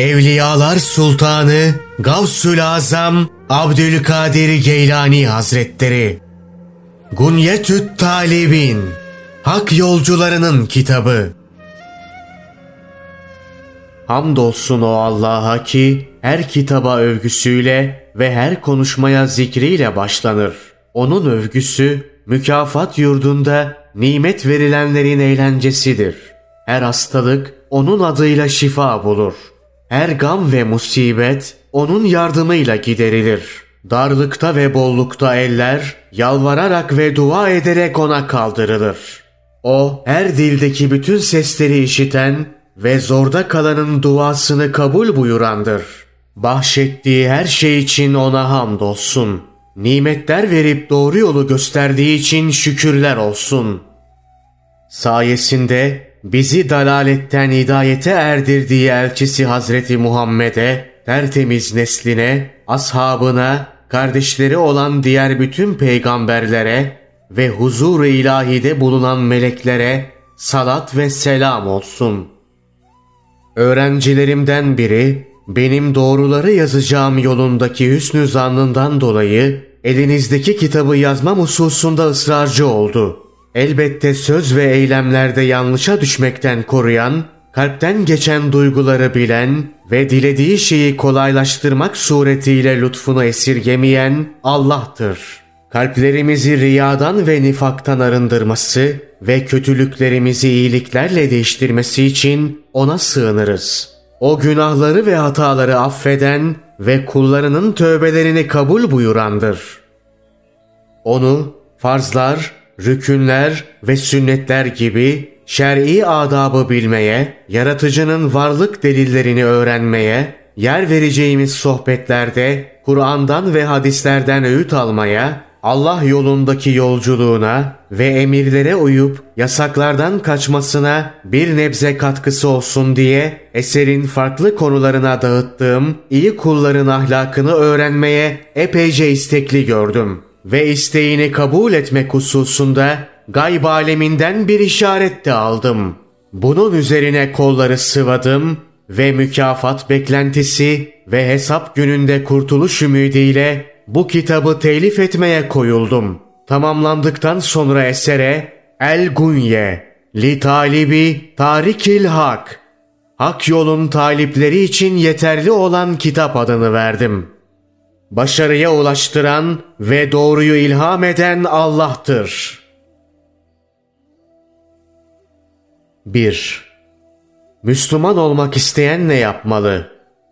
Evliyalar Sultanı Gavsül Azam Abdülkadir Geylani Hazretleri. Gunyetü't Talibin, Hak Yolcularının Kitabı. Hamdolsun o Allah'a ki her kitaba övgüsüyle ve her konuşmaya zikriyle başlanır. Onun övgüsü mükafat yurdunda nimet verilenlerin eğlencesidir. Her hastalık onun adıyla şifa bulur. Her gam ve musibet onun yardımıyla giderilir. Darlıkta ve bollukta eller yalvararak ve dua ederek ona kaldırılır. O her dildeki bütün sesleri işiten ve zorda kalanın duasını kabul buyurandır. Bahşettiği her şey için ona hamdolsun. Nimetler verip doğru yolu gösterdiği için şükürler olsun. Sayesinde bizi dalaletten hidayete erdirdiği elçisi Hazreti Muhammed'e, tertemiz nesline, ashabına, kardeşleri olan diğer bütün peygamberlere ve huzur-u ilahide bulunan meleklere salat ve selam olsun. Öğrencilerimden biri, benim doğruları yazacağım yolundaki hüsnü zannından dolayı elinizdeki kitabı yazmam hususunda ısrarcı oldu. Elbette söz ve eylemlerde yanlışa düşmekten koruyan, kalpten geçen duyguları bilen ve dilediği şeyi kolaylaştırmak suretiyle lütfunu esirgemeyen Allah'tır. Kalplerimizi riyadan ve nifaktan arındırması ve kötülüklerimizi iyiliklerle değiştirmesi için ona sığınırız. O günahları ve hataları affeden ve kullarının tövbelerini kabul buyurandır. Onu farzlar, rükünler ve sünnetler gibi şer'i adabı bilmeye, yaratıcının varlık delillerini öğrenmeye, yer vereceğimiz sohbetlerde Kur'an'dan ve hadislerden öğüt almaya, Allah yolundaki yolculuğuna ve emirlere uyup yasaklardan kaçmasına bir nebze katkısı olsun diye eserin farklı konularına dağıttığım iyi kulların ahlakını öğrenmeye epeyce istekli gördüm. Ve isteğini kabul etmek hususunda gayb aleminden bir işaret de aldım. Bunun üzerine kolları sıvadım ve mükafat beklentisi ve hesap gününde kurtuluş ümidiyle bu kitabı telif etmeye koyuldum. Tamamlandıktan sonra esere El-Gunye li talibi tarikil hak, hak yolun talipleri için yeterli olan kitap adını verdim. Başarıya ulaştıran ve doğruyu ilham eden Allah'tır. 1. Müslüman olmak isteyen ne yapmalı?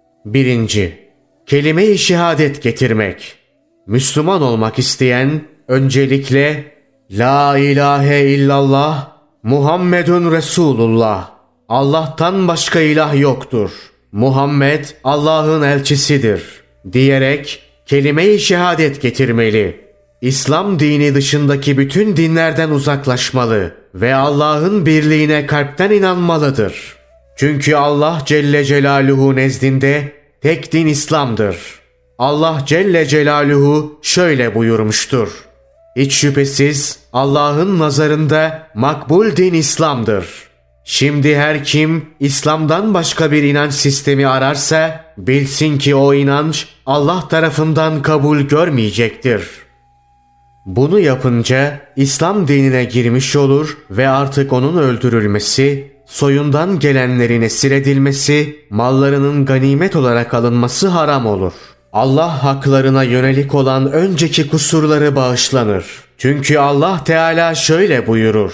1. Kelime-i şehadet getirmek. Müslüman olmak isteyen öncelikle La ilahe illallah Muhammedun Resulullah, Allah'tan başka ilah yoktur, Muhammed Allah'ın elçisidir diyerek kelime-i şehadet getirmeli. İslam dini dışındaki bütün dinlerden uzaklaşmalı ve Allah'ın birliğine kalpten inanmalıdır. Çünkü Allah Celle Celaluhu nezdinde tek din İslam'dır. Allah Celle Celaluhu şöyle buyurmuştur: Hiç şüphesiz Allah'ın nazarında makbul din İslam'dır. Şimdi her kim İslam'dan başka bir inanç sistemi ararsa bilsin ki o inanç Allah tarafından kabul görmeyecektir. Bunu yapınca İslam dinine girmiş olur ve artık onun öldürülmesi, soyundan gelenlerin esir edilmesi, mallarının ganimet olarak alınması haram olur. Allah haklarına yönelik olan önceki kusurları bağışlanır. Çünkü Allah Teala şöyle buyurur: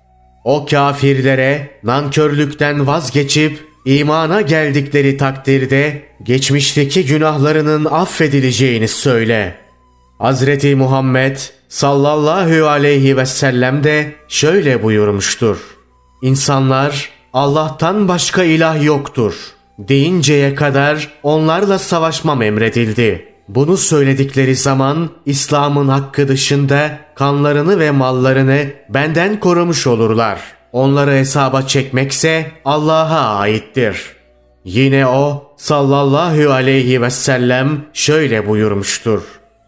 O kafirlere nankörlükten vazgeçip imana geldikleri takdirde geçmişteki günahlarının affedileceğini söyle. Hazreti Muhammed sallallahu aleyhi ve sellem de şöyle buyurmuştur: İnsanlar Allah'tan başka ilah yoktur deyinceye kadar onlarla savaşmam emredildi. Bunu söyledikleri zaman İslam'ın hakkı dışında kanlarını ve mallarını benden korumuş olurlar. Onları hesaba çekmekse Allah'a aittir. Yine o sallallahu aleyhi ve sellem şöyle buyurmuştur: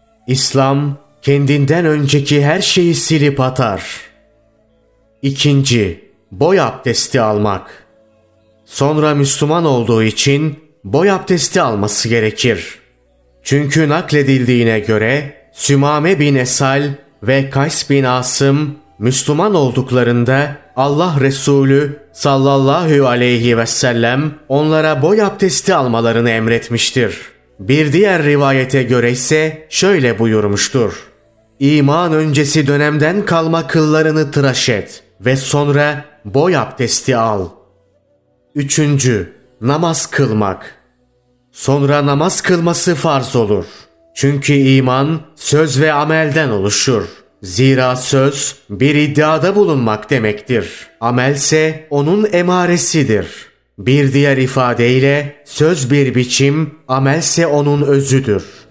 İslam kendinden önceki her şeyi silip atar. 2. Boy abdesti almak. Sonra Müslüman olduğu için boy abdesti alması gerekir. Çünkü nakledildiğine göre Sümame bin Esal ve Kays bin Asım Müslüman olduklarında Allah Resulü sallallahu aleyhi ve sellem onlara boy abdesti almalarını emretmiştir. Bir diğer rivayete göre ise şöyle buyurmuştur: İman öncesi dönemden kalma kıllarını tıraş et ve sonra boy abdesti al. 3. Namaz kılmak. Sonra namaz kılması farz olur. Çünkü iman söz ve amelden oluşur. Zira söz bir iddiada bulunmak demektir. Amelse onun emaresidir. Bir diğer ifadeyle söz bir biçim, amelse onun özüdür.